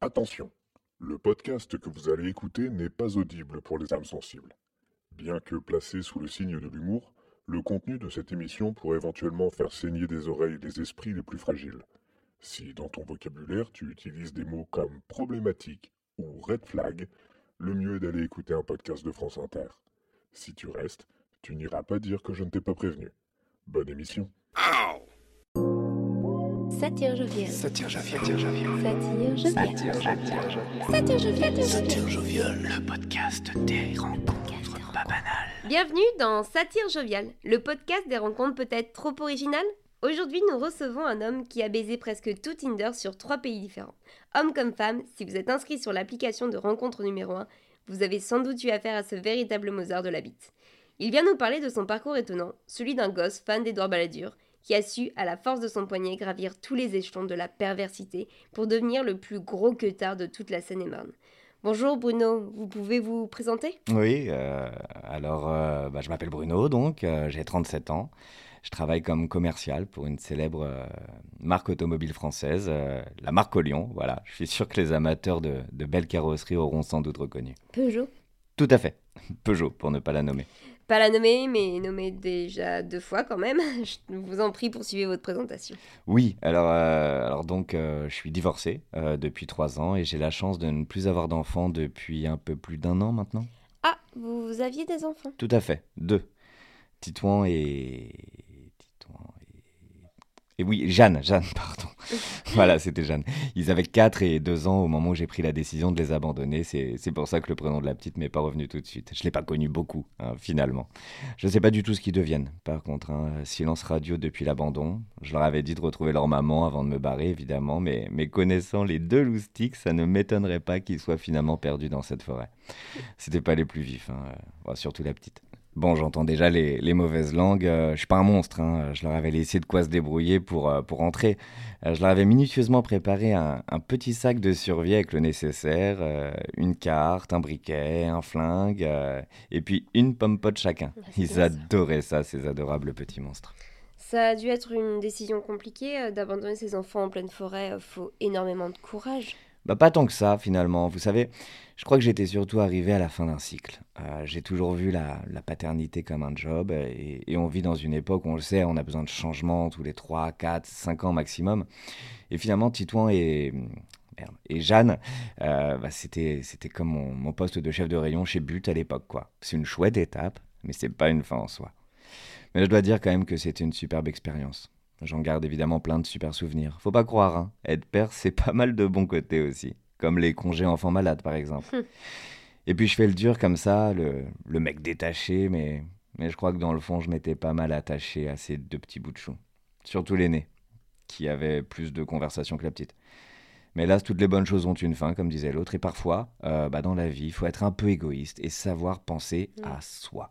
Attention, le podcast que vous allez écouter n'est pas audible pour les âmes sensibles. Bien que placé sous le signe de l'humour, le contenu de cette émission pourrait éventuellement faire saigner des oreilles les esprits les plus fragiles. Si dans ton vocabulaire tu utilises des mots comme problématique ou red flag, le mieux est d'aller écouter un podcast de France Inter. Si tu restes, tu n'iras pas dire que je ne t'ai pas prévenu. Bonne émission. Satire joviale. Satire joviale. Satire joviale. Satire joviale. Satire joviale. Le podcast des rencontres pas banales. Bienvenue dans Satire joviale, le podcast des rencontres peut-être trop originales. Aujourd'hui, nous recevons un homme qui a baisé presque tout Tinder sur 3 pays différents. Homme comme femme, si vous êtes inscrit sur l'application de rencontre numéro 1, vous avez sans doute eu affaire à ce véritable Mozart de la bite. Il vient nous parler de son parcours étonnant, celui d'un gosse fan d'Édouard Balladur, qui a su, à la force de son poignet, gravir tous les échelons de la perversité pour devenir le plus gros queutard de toute la Seine-et-Marne. Bonjour Bruno, vous pouvez vous présenter ? Oui, je m'appelle Bruno, donc j'ai 37 ans. Je travaille comme commercial pour une célèbre marque automobile française, la marque Lyon. Voilà, je suis sûr que les amateurs de belles carrosseries auront sans doute reconnu. Peugeot ? Tout à fait, Peugeot pour ne pas la nommer. Pas la nommer, mais nommer déjà 2 fois quand même. Je vous en prie, poursuivez votre présentation. Oui, je suis divorcé depuis 3 ans et j'ai la chance de ne plus avoir d'enfants depuis un peu plus d'1 an maintenant. Ah, vous aviez des enfants ? Tout à fait, 2. Titouan et... Et oui, Jeanne, pardon. Voilà, c'était Jeanne. Ils avaient 4 et 2 ans au moment où j'ai pris la décision de les abandonner. C'est pour ça que le prénom de la petite m'est pas revenu tout de suite. Je l'ai pas connu beaucoup, finalement. Je sais pas du tout ce qu'ils deviennent. Par contre, silence radio depuis l'abandon. Je leur avais dit de retrouver leur maman avant de me barrer, évidemment. Mais connaissant les 2 loustiques, ça ne m'étonnerait pas qu'ils soient finalement perdus dans cette forêt. C'était pas les plus vifs, surtout la petite. Bon, j'entends déjà les mauvaises langues. Je suis pas un monstre. Je leur avais laissé de quoi se débrouiller pour rentrer. Je leur avais minutieusement préparé un petit sac de survie avec le nécessaire, une carte, un briquet, un flingue, et puis une pomme pote chacun. Ils adoraient ça, ces adorables petits monstres. Ça a dû être une décision compliquée d'abandonner ses enfants en pleine forêt. Faut énormément de courage. Pas tant que ça, finalement. Vous savez, je crois que j'étais surtout arrivé à la fin d'un cycle. J'ai toujours vu la paternité comme un job et on vit dans une époque où on le sait, on a besoin de changements tous les 3, 4, 5 ans maximum. Et finalement, Titouan et Jeanne, c'était comme mon poste de chef de rayon chez But à l'époque, quoi. C'est une chouette étape, mais c'est pas une fin en soi. Mais je dois dire quand même que c'était une superbe expérience. J'en garde évidemment plein de super souvenirs. Faut pas croire, être père, c'est pas mal de bons côtés aussi. Comme les congés enfants malades, par exemple. Et puis je fais le dur comme ça, le mec détaché, mais je crois que dans le fond, je m'étais pas mal attaché à ces 2 petits bouts de chou. Surtout l'aîné, qui avait plus de conversation que la petite. Mais là, toutes les bonnes choses ont une fin, comme disait l'autre. Et parfois, dans la vie, il faut être un peu égoïste et savoir penser à soi.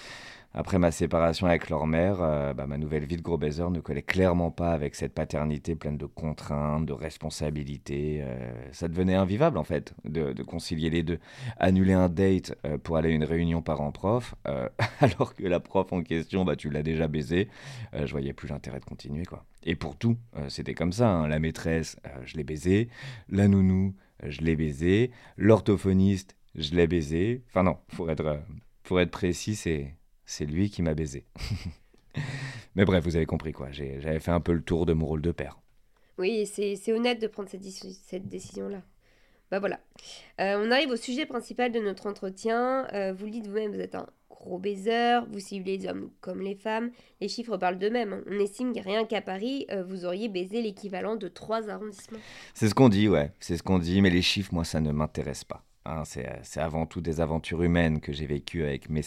Après ma séparation avec leur mère, ma nouvelle vie de gros baiser ne collait clairement pas avec cette paternité pleine de contraintes, de responsabilités. Ça devenait invivable en fait, de concilier les deux. Annuler un date pour aller à une réunion parents-prof, alors que la prof en question, tu l'as déjà baisé. Je voyais plus l'intérêt de continuer, quoi. Et pour tout, c'était comme ça. La maîtresse, je l'ai baisée. La nounou, je l'ai baisée. L'orthophoniste, je l'ai baisé. Enfin non, pour être précis, c'est lui qui m'a baisé. Mais bref, vous avez compris quoi. J'avais fait un peu le tour de mon rôle de père. Oui, c'est honnête de prendre cette décision-là. Voilà. On arrive au sujet principal de notre entretien. Vous le dites vous-même, vous êtes un gros baiser, vous ciblez les hommes comme les femmes. Les chiffres parlent d'eux-mêmes. On estime que rien qu'à Paris, vous auriez baisé l'équivalent de 3 arrondissements. C'est ce qu'on dit, ouais. C'est ce qu'on dit, mais les chiffres, moi, ça ne m'intéresse pas. C'est avant tout des aventures humaines que j'ai vécues avec mes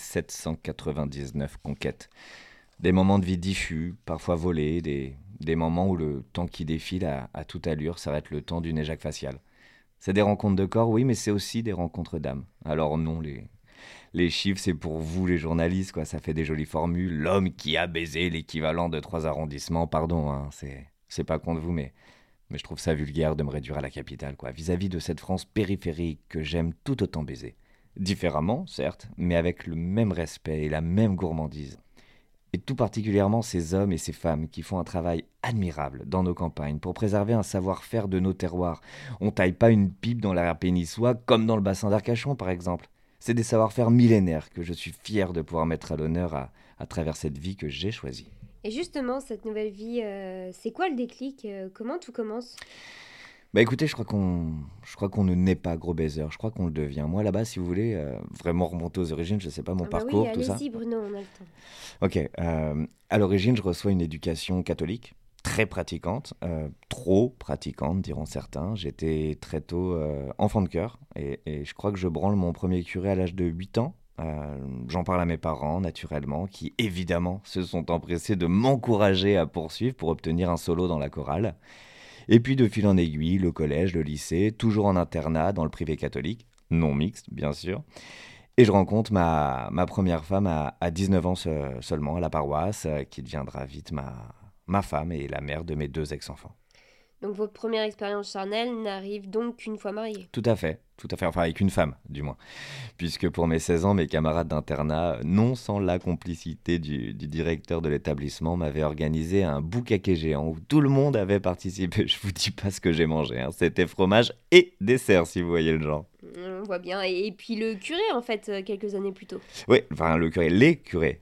799 conquêtes. Des moments de vie diffus, parfois volés, des moments où le temps qui défile à toute allure s'arrête le temps d'une éjac faciale. C'est des rencontres de corps, oui, mais c'est aussi des rencontres d'âme. Alors non, les chiffres, c'est pour vous les journalistes, quoi. Ça fait des jolies formules. L'homme qui a baisé l'équivalent de 3 arrondissements, pardon, c'est pas contre vous, mais je trouve ça vulgaire de me réduire à la capitale, quoi, vis-à-vis de cette France périphérique que j'aime tout autant baiser. Différemment, certes, mais avec le même respect et la même gourmandise. Et tout particulièrement ces hommes et ces femmes qui font un travail admirable dans nos campagnes pour préserver un savoir-faire de nos terroirs. On taille pas une pipe dans l'arrière-pays niçois comme dans le bassin d'Arcachon par exemple. C'est des savoir-faire millénaires que je suis fier de pouvoir mettre à l'honneur à travers cette vie que j'ai choisie. Et justement, cette nouvelle vie, c'est quoi le déclic? Comment tout commence? Bah écoutez, je crois qu'on ne naît pas gros baiser, je crois qu'on le devient. Moi là-bas, si vous voulez, vraiment remonter aux origines, je sais pas, mon Ah bah parcours, oui, tout ça. allez-y Bruno, on a le temps. Ok, à l'origine, je reçois une éducation catholique, très pratiquante, trop pratiquante, diront certains. J'étais très tôt enfant de chœur, et je crois que je branle mon premier curé à l'âge de 8 ans. J'en parle à mes parents, naturellement, qui évidemment se sont empressés de m'encourager à poursuivre pour obtenir un solo dans la chorale. Et puis de fil en aiguille, le collège, le lycée, toujours en internat dans le privé catholique, non mixte bien sûr. Et je rencontre ma première femme à 19 ans seulement à la paroisse, qui deviendra vite ma femme et la mère de mes 2 ex-enfants. Donc votre première expérience charnelle n'arrive donc qu'une fois marié. Tout à fait, enfin avec une femme du moins. Puisque pour mes 16 ans, mes camarades d'internat, non sans la complicité du directeur de l'établissement, m'avaient organisé un boucaquet géant où tout le monde avait participé. Je vous dis pas ce que j'ai mangé, hein. C'était fromage et dessert si vous voyez le genre. On voit bien. Et puis le curé, en fait, quelques années plus tôt. Oui, enfin les curés,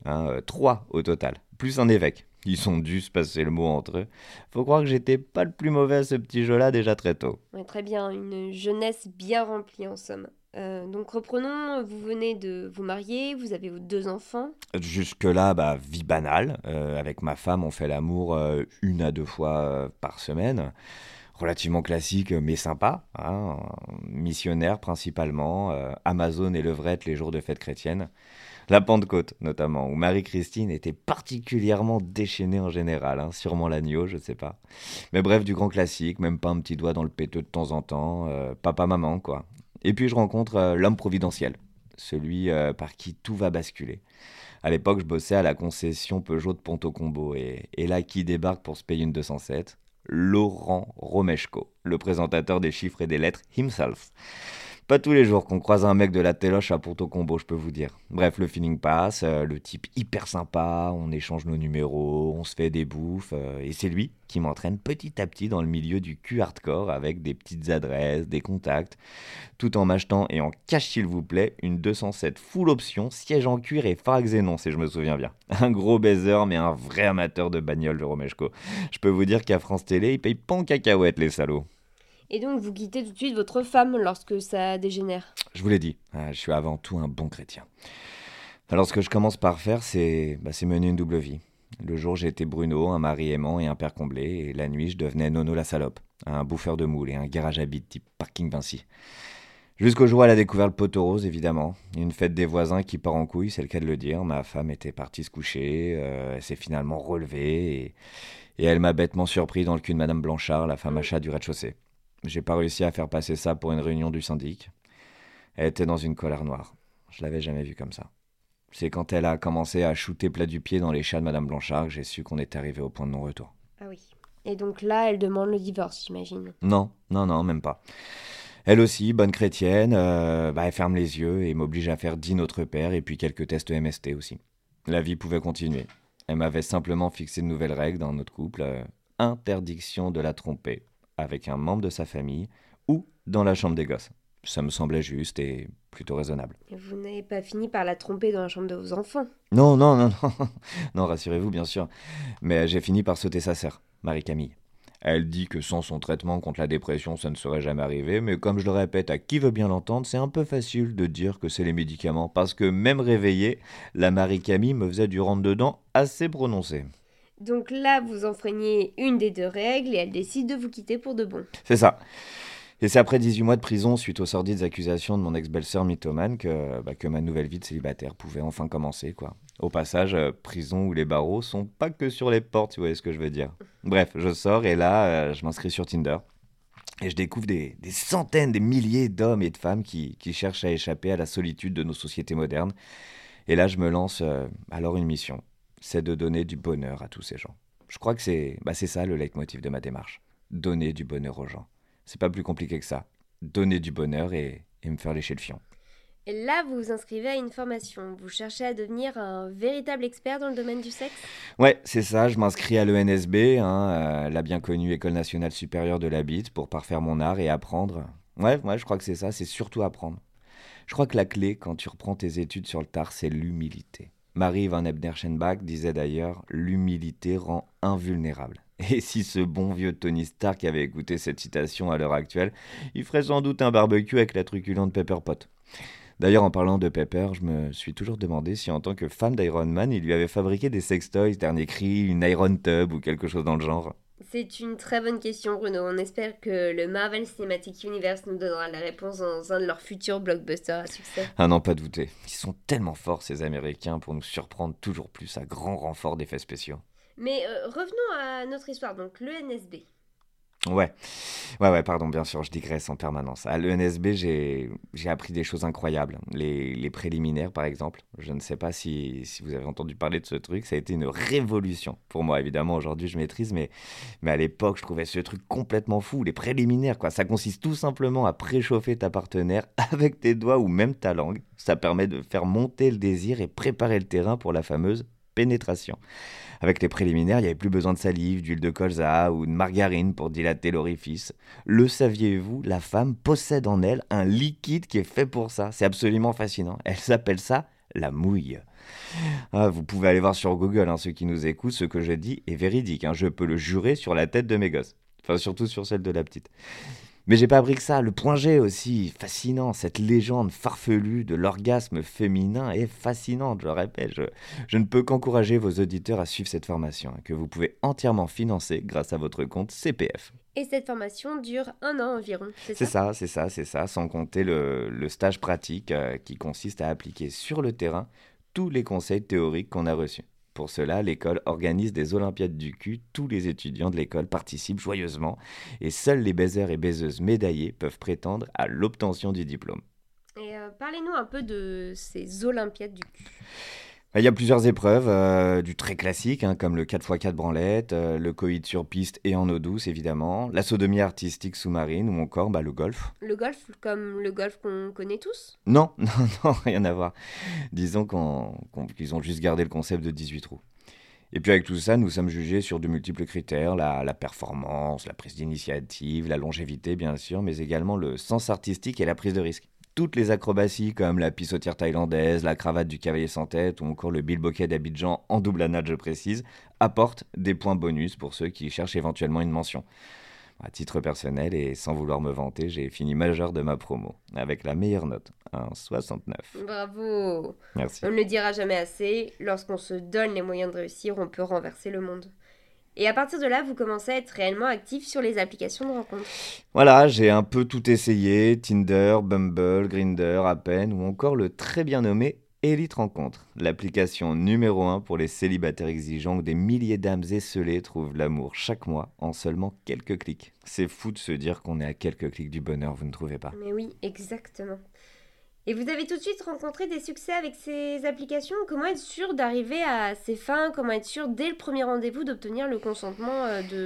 3 au total, plus un évêque. Ils ont dû se passer le mot entre eux. Faut croire que j'étais pas le plus mauvais à ce petit jeu-là déjà très tôt. Ouais, très bien, une jeunesse bien remplie en somme. Donc reprenons, vous venez de vous marier, vous avez vos 2 enfants. Jusque-là, vie banale. Avec ma femme, on fait l'amour 1 à 2 fois par semaine. Relativement classique, mais sympa. Missionnaire principalement. Amazon et levrette les jours de fête chrétienne. La Pentecôte, notamment, où Marie-Christine était particulièrement déchaînée en général, sûrement l'agneau, je sais pas. Mais bref, du grand classique, même pas un petit doigt dans le péteux de temps en temps, papa-maman, quoi. Et puis je rencontre l'homme providentiel, celui par qui tout va basculer. À l'époque, je bossais à la concession Peugeot de Ponto-Combo, et là, qui débarque pour se payer une 207 ? Laurent Romeshko, le présentateur des chiffres et des lettres himself. Pas tous les jours qu'on croise un mec de la téloche à Ponto-Combo, je peux vous dire. Bref, le feeling passe, le type hyper sympa, on échange nos numéros, on se fait des bouffes, et c'est lui qui m'entraîne petit à petit dans le milieu du cul hardcore avec des petites adresses, des contacts, tout en m'achetant, et en cash s'il vous plaît, une 207 full option, siège en cuir et phare xénon si je me souviens bien. Un gros baiser mais un vrai amateur de bagnole de Romeshko. Je peux vous dire qu'à France Télé, ils payent pas en cacahuètes les salauds. Et donc vous quittez tout de suite votre femme lorsque ça dégénère. Je vous l'ai dit, je suis avant tout un bon chrétien. Alors ce que je commence par faire, c'est mener une double vie. Le jour, j'étais Bruno, un mari aimant et un père comblé, et la nuit, je devenais Nono la salope, un bouffeur de moules et un garage à bide type parking Vinci. Jusqu'au jour où elle a découvert le poteau rose, évidemment. Une fête des voisins qui part en couille, c'est le cas de le dire. Ma femme était partie se coucher, elle s'est finalement relevée, et elle m'a bêtement surpris dans le cul de Madame Blanchard, la femme achat du rez-de-chaussée. J'ai pas réussi à faire passer ça pour une réunion du syndic. Elle était dans une colère noire. Je l'avais jamais vue comme ça. C'est quand elle a commencé à shooter plat du pied dans les chats de Madame Blanchard que j'ai su qu'on était arrivé au point de non-retour. Ah oui. Et donc là, elle demande le divorce, j'imagine. Non, même pas. Elle aussi, bonne chrétienne, elle ferme les yeux et m'oblige à faire 10 Notre Père et puis quelques tests MST aussi. La vie pouvait continuer. Elle m'avait simplement fixé de nouvelles règles dans notre couple. Interdiction de la tromper avec un membre de sa famille ou dans la chambre des gosses. Ça me semblait juste et plutôt raisonnable. Et vous n'avez pas fini par la tromper dans la chambre de vos enfants? Non, non, rassurez-vous bien sûr. Mais j'ai fini par sauter sa sœur, Marie-Camille. Elle dit que sans son traitement contre la dépression, ça ne serait jamais arrivé, mais comme je le répète à qui veut bien l'entendre, c'est un peu facile de dire que c'est les médicaments, parce que même réveillée, la Marie-Camille me faisait du rentre-dedans assez prononcé. Donc là, vous enfreignez une des 2 règles et elle décide de vous quitter pour de bon. C'est ça. Et c'est après 18 mois de prison suite aux sordides accusations de mon ex-belle-sœur mythomane que ma nouvelle vie de célibataire pouvait enfin commencer, quoi. Au passage, prison où les barreaux sont pas que sur les portes, si vous voyez ce que je veux dire. Bref, je sors et là, je m'inscris sur Tinder. Et je découvre des centaines, des milliers d'hommes et de femmes qui cherchent à échapper à la solitude de nos sociétés modernes. Et là, je me lance alors une mission. C'est de donner du bonheur à tous ces gens. Je crois que c'est ça le leitmotiv de ma démarche. Donner du bonheur aux gens. C'est pas plus compliqué que ça. Donner du bonheur et me faire lécher le fion. Et là, vous vous inscrivez à une formation. Vous cherchez à devenir un véritable expert dans le domaine du sexe? Ouais, c'est ça, je m'inscris à l'ENSB, la bien connue École nationale supérieure de la bite, pour parfaire mon art et apprendre. Ouais, je crois que c'est ça, c'est surtout apprendre. Je crois que la clé, quand tu reprends tes études sur le tard, c'est l'humilité. Marie van Ebner-Schenbach disait d'ailleurs « L'humilité rend invulnérable ». Et si ce bon vieux Tony Stark avait écouté cette citation à l'heure actuelle, il ferait sans doute un barbecue avec la truculente Pepper Pot. D'ailleurs, en parlant de Pepper, je me suis toujours demandé si en tant que fan d'Iron Man, il lui avait fabriqué des sextoys, dernier cri, une Iron Tub ou quelque chose dans le genre. C'est une très bonne question, Bruno. On espère que le Marvel Cinematic Universe nous donnera la réponse dans un de leurs futurs blockbusters à succès. Ah non, pas douter. Ils sont tellement forts, ces Américains, pour nous surprendre toujours plus à grand renfort d'effets spéciaux. Mais revenons à notre histoire, donc l'ENSB. Ouais, pardon, bien sûr, je digresse en permanence. À l'ENSB, j'ai appris des choses incroyables. Les préliminaires, par exemple. Je ne sais pas si vous avez entendu parler de ce truc. Ça a été une révolution pour moi. Évidemment, aujourd'hui, je maîtrise, mais à l'époque, je trouvais ce truc complètement fou. Les préliminaires, quoi. Ça consiste tout simplement à préchauffer ta partenaire avec tes doigts ou même ta langue. Ça permet de faire monter le désir et préparer le terrain pour la fameuse pénétration. Avec les préliminaires, il n'y avait plus besoin de salive, d'huile de colza ou de margarine pour dilater l'orifice. Le saviez-vous, la femme possède en elle un liquide qui est fait pour ça. C'est absolument fascinant. Elle s'appelle ça la mouille. Vous pouvez aller voir sur Google, ceux qui nous écoutent, ce que je dis est véridique. Je peux le jurer sur la tête de mes gosses. Enfin, surtout sur celle de la petite. Mais j'ai pas appris que ça, le point G aussi, fascinant, cette légende farfelue de l'orgasme féminin est fascinante, je le répète, je ne peux qu'encourager vos auditeurs à suivre cette formation, que vous pouvez entièrement financer grâce à votre compte CPF. Et cette formation dure 1 an environ, c'est ça? C'est C'est ça, sans compter le stage pratique qui consiste à appliquer sur le terrain tous les conseils théoriques qu'on a reçus. Pour cela, l'école organise des Olympiades du cul. Tous les étudiants de l'école participent joyeusement et seuls les baiseurs et baiseuses médaillés peuvent prétendre à l'obtention du diplôme. Et parlez-nous un peu de ces Olympiades du cul. Il y a plusieurs épreuves, du très classique, comme le 4x4 branlette, le coït sur piste et en eau douce évidemment, la sodomie artistique sous-marine ou encore le golf. Le golf, comme le golf qu'on connaît tous? Non, rien à voir. Disons qu'ils ont juste gardé le concept de 18 trous. Et puis avec tout ça, nous sommes jugés sur de multiples critères, la performance, la prise d'initiative, la longévité bien sûr, mais également le sens artistique et la prise de risque. Toutes les acrobaties comme la pissotière thaïlandaise, la cravate du cavalier sans tête ou encore le bilboquet d'Abidjan en double nage, je précise, apportent des points bonus pour ceux qui cherchent éventuellement une mention. À titre personnel et sans vouloir me vanter, j'ai fini majeur de ma promo avec la meilleure note, un 69. Bravo! Merci. On ne le dira jamais assez, lorsqu'on se donne les moyens de réussir, on peut renverser le monde. Et à partir de là, vous commencez à être réellement actif sur les applications de rencontres. Voilà, j'ai un peu tout essayé, Tinder, Bumble, Grindr, Appen ou encore le très bien nommé Elite Rencontre, l'application numéro 1 pour les célibataires exigeants où des milliers d'âmes esseulées trouvent l'amour chaque mois en seulement quelques clics. C'est fou de se dire qu'on est à quelques clics du bonheur, vous ne trouvez pas? Mais oui, exactement. Et vous avez tout de suite rencontré des succès avec ces applications? Comment être sûr d'arriver à ses fins? Comment être sûr dès le premier rendez-vous d'obtenir le consentement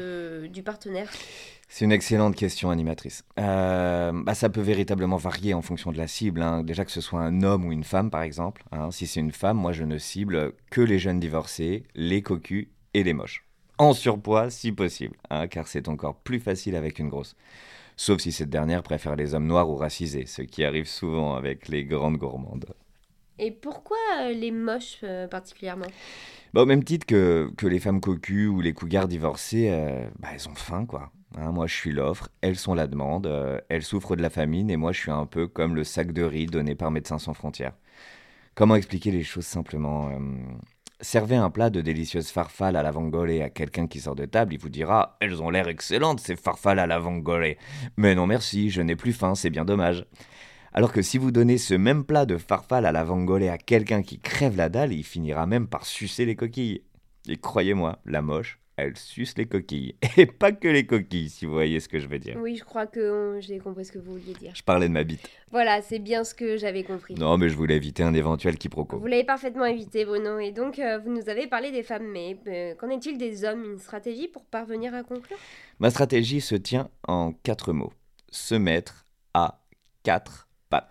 du partenaire? C'est une excellente question, animatrice. Ça peut véritablement varier en fonction de la cible. Déjà que ce soit un homme ou une femme, par exemple. Si c'est une femme, moi je ne cible que les jeunes divorcés, les cocus et les moches. En surpoids, si possible, car c'est encore plus facile avec une grosse. Sauf si cette dernière préfère les hommes noirs ou racisés, ce qui arrive souvent avec les grandes gourmandes. Et pourquoi les moches particulièrement? Au même titre que les femmes cocus ou les cougars divorcés, elles ont faim, quoi. Moi, je suis l'offre, elles sont la demande, elles souffrent de la famine et moi, je suis un peu comme le sac de riz donné par Médecins sans frontières. Comment expliquer les choses simplement? Servez un plat de délicieuses farfales à la vongole à quelqu'un qui sort de table, il vous dira « Elles ont l'air excellentes, ces farfales à la vongole. Mais non merci, je n'ai plus faim, c'est bien dommage. » Alors que si vous donnez ce même plat de farfales à la vongole à quelqu'un qui crève la dalle, il finira même par sucer les coquilles. Et croyez-moi, la moche, elle suce les coquilles. Et pas que les coquilles, si vous voyez ce que je veux dire. Oui, je crois que j'ai compris ce que vous vouliez dire. Je parlais de ma bite. Voilà, c'est bien ce que j'avais compris. Non, mais je voulais éviter un éventuel quiproquo. Vous l'avez parfaitement évité, Bruno. Et donc, vous nous avez parlé des femmes, mais qu'en est-il des hommes? Une stratégie pour parvenir à conclure? Ma stratégie se tient en 4 mots. Se mettre à 4 pattes.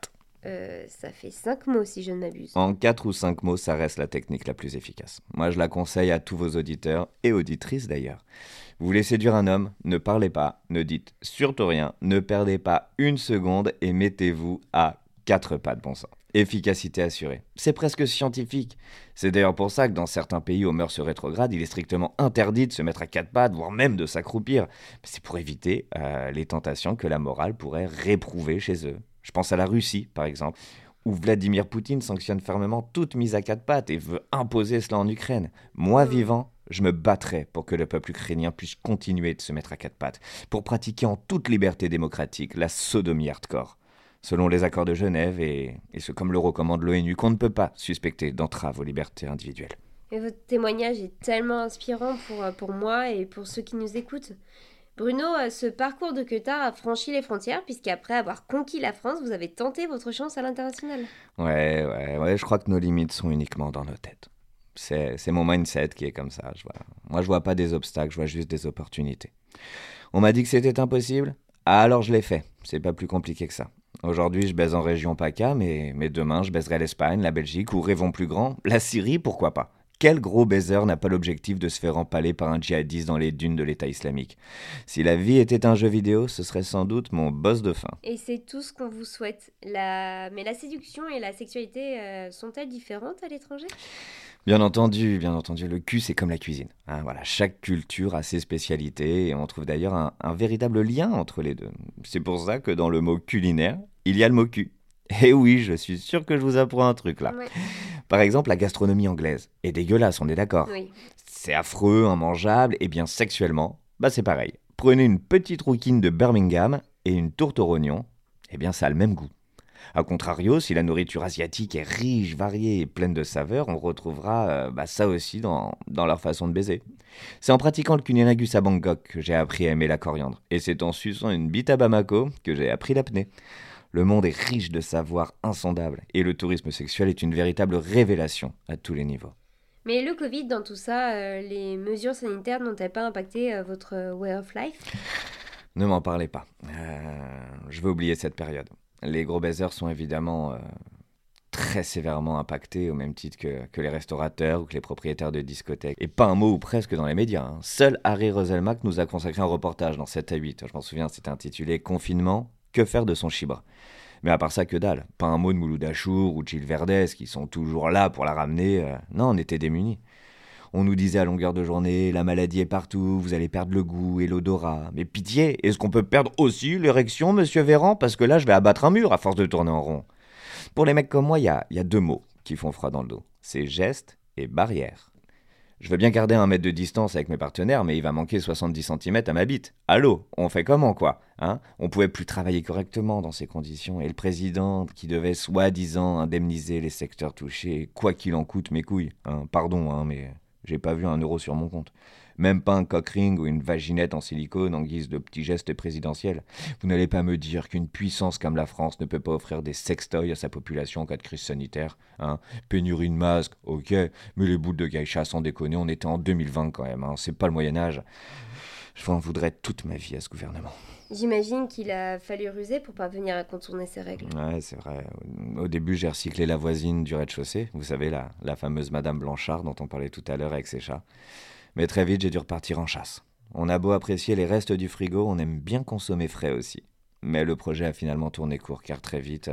Ça fait 5 mots si je ne m'abuse. En 4 ou 5 mots, ça reste la technique la plus efficace. Moi, je la conseille à tous vos auditeurs et auditrices d'ailleurs. Vous voulez séduire un homme, ne parlez pas, ne dites surtout rien, ne perdez pas une seconde et mettez-vous à 4 pas de bon sens. Efficacité assurée. C'est presque scientifique. C'est d'ailleurs pour ça que dans certains pays aux mœurs rétrogrades, il est strictement interdit de se mettre à 4 pattes, voire même de s'accroupir. C'est pour éviter les tentations que la morale pourrait réprouver chez eux. Je pense à la Russie, par exemple, où Vladimir Poutine sanctionne fermement toute mise à 4 pattes et veut imposer cela en Ukraine. Moi, vivant, je me battrai pour que le peuple ukrainien puisse continuer de se mettre à 4 pattes, pour pratiquer en toute liberté démocratique la sodomie hardcore, selon les accords de Genève et ce comme le recommande l'ONU, qu'on ne peut pas suspecter d'entrave aux libertés individuelles. Et votre témoignage est tellement inspirant pour moi et pour ceux qui nous écoutent. Bruno, ce parcours de queutard a franchi les frontières puisqu'après avoir conquis la France, vous avez tenté votre chance à l'international. Ouais, je crois que nos limites sont uniquement dans nos têtes. C'est mon mindset qui est comme ça. Moi, je vois pas des obstacles, je vois juste des opportunités. On m'a dit que c'était impossible, alors je l'ai fait. C'est pas plus compliqué que ça. Aujourd'hui, je baise en région PACA, mais demain, je baiserai l'Espagne, la Belgique ou, rêvons plus grand, la Syrie, pourquoi pas. Quel gros baiser n'a pas l'objectif de se faire empaler par un djihadiste dans les dunes de l'État islamique? Si la vie était un jeu vidéo, ce serait sans doute mon boss de fin. Et c'est tout ce qu'on vous souhaite. Mais la séduction et la sexualité sont-elles différentes à l'étranger ? Bien entendu, le cul c'est comme la cuisine. Voilà, chaque culture a ses spécialités et on trouve d'ailleurs un véritable lien entre les deux. C'est pour ça que dans le mot culinaire, il y a le mot cul. Et oui, je suis sûr que je vous apprends un truc là. Ouais. Par exemple, la gastronomie anglaise est dégueulasse, on est d'accord. Oui. C'est affreux, immangeable, et bien sexuellement, c'est pareil. Prenez une petite rouquine de Birmingham et une tourte au rognon, ça a le même goût. A contrario, si la nourriture asiatique est riche, variée et pleine de saveurs, on retrouvera ça aussi dans leur façon de baiser. C'est en pratiquant le cunnilingus à Bangkok que j'ai appris à aimer la coriandre. Et c'est en suçant une bite à Bamako que j'ai appris l'apnée. Le monde est riche de savoirs insondables et le tourisme sexuel est une véritable révélation à tous les niveaux. Mais le Covid, dans tout ça, les mesures sanitaires n'ont-elles pas impacté votre way of life ? Ne m'en parlez pas. Je vais oublier cette période. Les gros baisers sont évidemment très sévèrement impactés, au même titre que les restaurateurs ou que les propriétaires de discothèques. Et pas un mot ou presque dans les médias. Seul Harry Roselmack nous a consacré un reportage dans 7 à 8. Je m'en souviens, c'était intitulé « Confinement, que faire de son chibre ?» Mais à part ça, que dalle. Pas un mot de Mouloud Achour ou de Gilles Verdez qui sont toujours là pour la ramener. Non, on était démunis. On nous disait à longueur de journée, la maladie est partout, vous allez perdre le goût et l'odorat. Mais pitié, est-ce qu'on peut perdre aussi l'érection, monsieur Véran? Parce que là, je vais abattre un mur à force de tourner en rond. Pour les mecs comme moi, il y a 2 mots qui font froid dans le dos. C'est geste et barrière. Je veux bien garder 1 mètre de distance avec mes partenaires, mais il va manquer 70 cm à ma bite. Allô, on fait comment, quoi, hein? On pouvait plus travailler correctement dans ces conditions. Et le président, qui devait soi-disant indemniser les secteurs touchés, quoi qu'il en coûte mes couilles. Pardon, mais j'ai pas vu 1 euro sur mon compte. Même pas un cock ring ou une vaginette en silicone en guise de petit geste présidentiel. Vous n'allez pas me dire qu'une puissance comme la France ne peut pas offrir des sextoys à sa population en cas de crise sanitaire, hein? Pénurie de masques, ok, mais les boules de geisha, sans déconner, on était en 2020 quand même, hein? C'est pas le Moyen-Âge. Je en voudrais toute ma vie à ce gouvernement. J'imagine qu'il a fallu ruser pour parvenir à contourner ces règles. Ouais, c'est vrai. Au début, j'ai recyclé la voisine du rez-de-chaussée. Vous savez, la fameuse Madame Blanchard dont on parlait tout à l'heure avec ses chats. Mais très vite, j'ai dû repartir en chasse. On a beau apprécier les restes du frigo, on aime bien consommer frais aussi. Mais le projet a finalement tourné court, car très vite,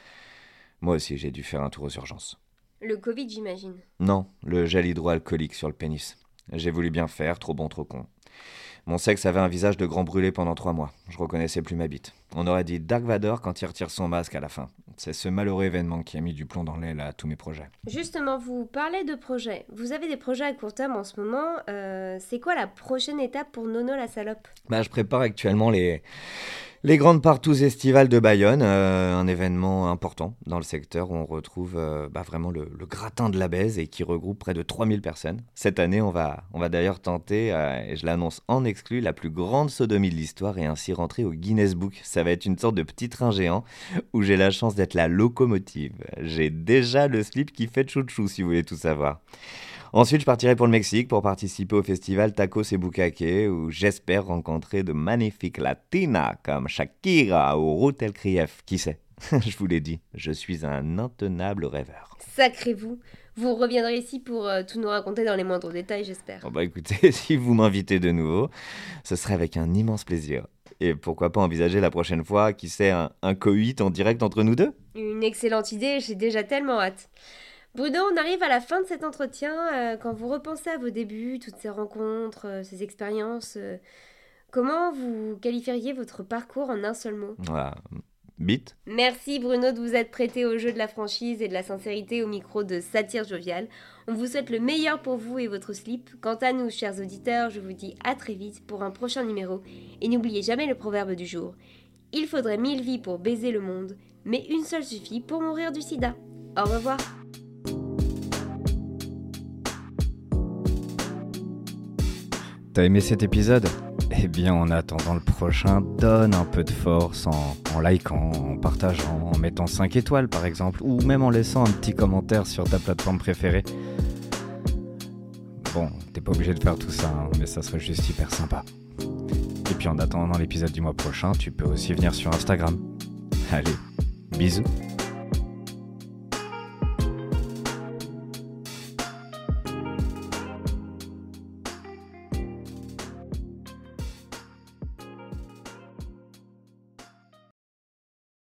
moi aussi, j'ai dû faire un tour aux urgences. Le Covid, j'imagine. Non, le gel hydroalcoolique sur le pénis. J'ai voulu bien faire, trop bon, trop con. Mon sexe avait un visage de grand brûlé pendant 3 mois. Je reconnaissais plus ma bite. On aurait dit Dark Vador quand il retire son masque à la fin. C'est ce malheureux événement qui a mis du plomb dans l'aile à tous mes projets. Justement, vous parlez de projets. Vous avez des projets à court terme en ce moment. C'est quoi la prochaine étape pour Nono la salope ? Je prépare actuellement les grandes partous estivales de Bayonne, un événement important dans le secteur où on retrouve vraiment le gratin de la baise et qui regroupe près de 3000 personnes. Cette année, on va d'ailleurs tenter, et je l'annonce en exclu, la plus grande sodomie de l'histoire et ainsi rentrer au Guinness Book. Ça va être une sorte de petit train géant où j'ai la chance d'être la locomotive. J'ai déjà le slip qui fait chouchou si vous voulez tout savoir. Ensuite, je partirai pour le Mexique pour participer au festival Tacos et Bucaque où j'espère rencontrer de magnifiques latinas comme Shakira ou Ruth El Krief. Qui sait ? Je vous l'ai dit, je suis un intenable rêveur. Sacré vous. Vous reviendrez ici pour tout nous raconter dans les moindres détails, j'espère. Bon bah écoutez, si vous m'invitez de nouveau, ce serait avec un immense plaisir. Et pourquoi pas envisager la prochaine fois, qui sait, un coït en direct entre nous deux ? Une excellente idée, j'ai déjà tellement hâte. Bruno, on arrive à la fin de cet entretien. Quand vous repensez à vos débuts, toutes ces rencontres, ces expériences, comment vous qualifieriez votre parcours en un seul mot ? Voilà. Bite. Merci Bruno de vous être prêté au jeu de la franchise et de la sincérité au micro de Satire Joviale. On vous souhaite le meilleur pour vous et votre slip. Quant à nous, chers auditeurs, je vous dis à très vite pour un prochain numéro. Et n'oubliez jamais le proverbe du jour. Il faudrait 1000 vies pour baiser le monde, mais une seule suffit pour mourir du sida. Au revoir. T'as aimé cet épisode ? Eh bien, en attendant le prochain, donne un peu de force en likant, en partageant, en mettant 5 étoiles par exemple, ou même en laissant un petit commentaire sur ta plateforme préférée. Bon, t'es pas obligé de faire tout ça, hein, mais ça serait juste hyper sympa. Et puis en attendant l'épisode du mois prochain, tu peux aussi venir sur Instagram. Allez, bisous.